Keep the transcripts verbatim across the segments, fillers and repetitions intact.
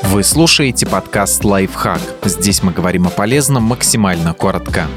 Вы слушаете подкаст «Лайфхак». Здесь мы говорим о полезном максимально коротко.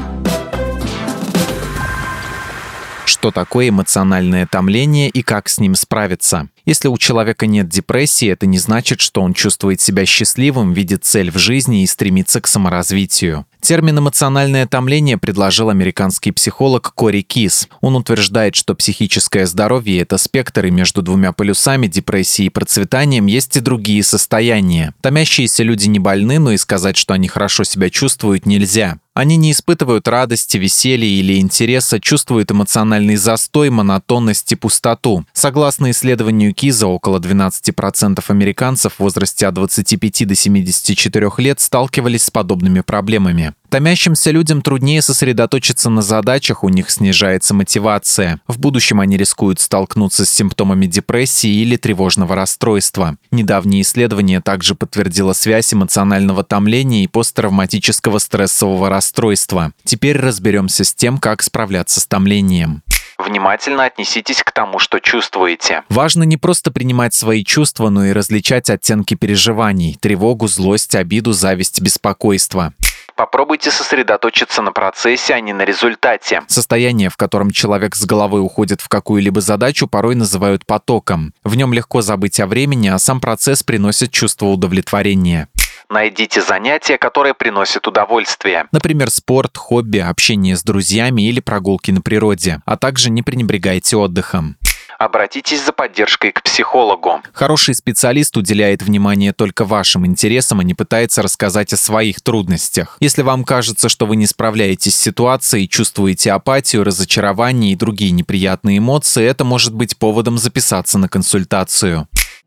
Что такое эмоциональное томление и как с ним справиться? Если у человека нет депрессии, это не значит, что он чувствует себя счастливым, видит цель в жизни и стремится к саморазвитию. Термин «эмоциональное томление» предложил американский психолог Кори Кис. Он утверждает, что психическое здоровье – это спектр, и между двумя полюсами депрессии и процветанием есть и другие состояния. Томящиеся люди не больны, но и сказать, что они хорошо себя чувствуют, нельзя. Они не испытывают радости, веселья или интереса, чувствуют эмоциональный застой, монотонность и пустоту. Согласно исследованию Киза, около двенадцать процентов американцев в возрасте от двадцати пяти до семидесяти четырёх лет сталкивались с подобными проблемами. Томящимся людям труднее сосредоточиться на задачах, у них снижается мотивация. В будущем они рискуют столкнуться с симптомами депрессии или тревожного расстройства. Недавнее исследование также подтвердило связь эмоционального томления и посттравматического стрессового расстройства. Теперь разберемся с тем, как справляться с томлением. Внимательно отнеситесь к тому, что чувствуете. Важно не просто принимать свои чувства, но и различать оттенки переживаний – тревогу, злость, обиду, зависть, беспокойство. Попробуйте сосредоточиться на процессе, а не на результате. Состояние, в котором человек с головой уходит в какую-либо задачу, порой называют потоком. В нем легко забыть о времени, а сам процесс приносит чувство удовлетворения. Найдите занятия, которые приносят удовольствие. Например, спорт, хобби, общение с друзьями или прогулки на природе. А также не пренебрегайте отдыхом. Обратитесь за поддержкой к психологу. Хороший специалист уделяет внимание только вашим интересам, а не пытается рассказать о своих трудностях. Если вам кажется, что вы не справляетесь с ситуацией, чувствуете апатию, разочарование и другие неприятные эмоции, это может быть поводом записаться на консультацию.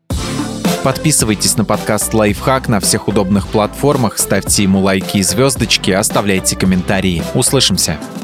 Подписывайтесь на подкаст «Лайфхак» на всех удобных платформах, ставьте ему лайки и звездочки, оставляйте комментарии. Услышимся!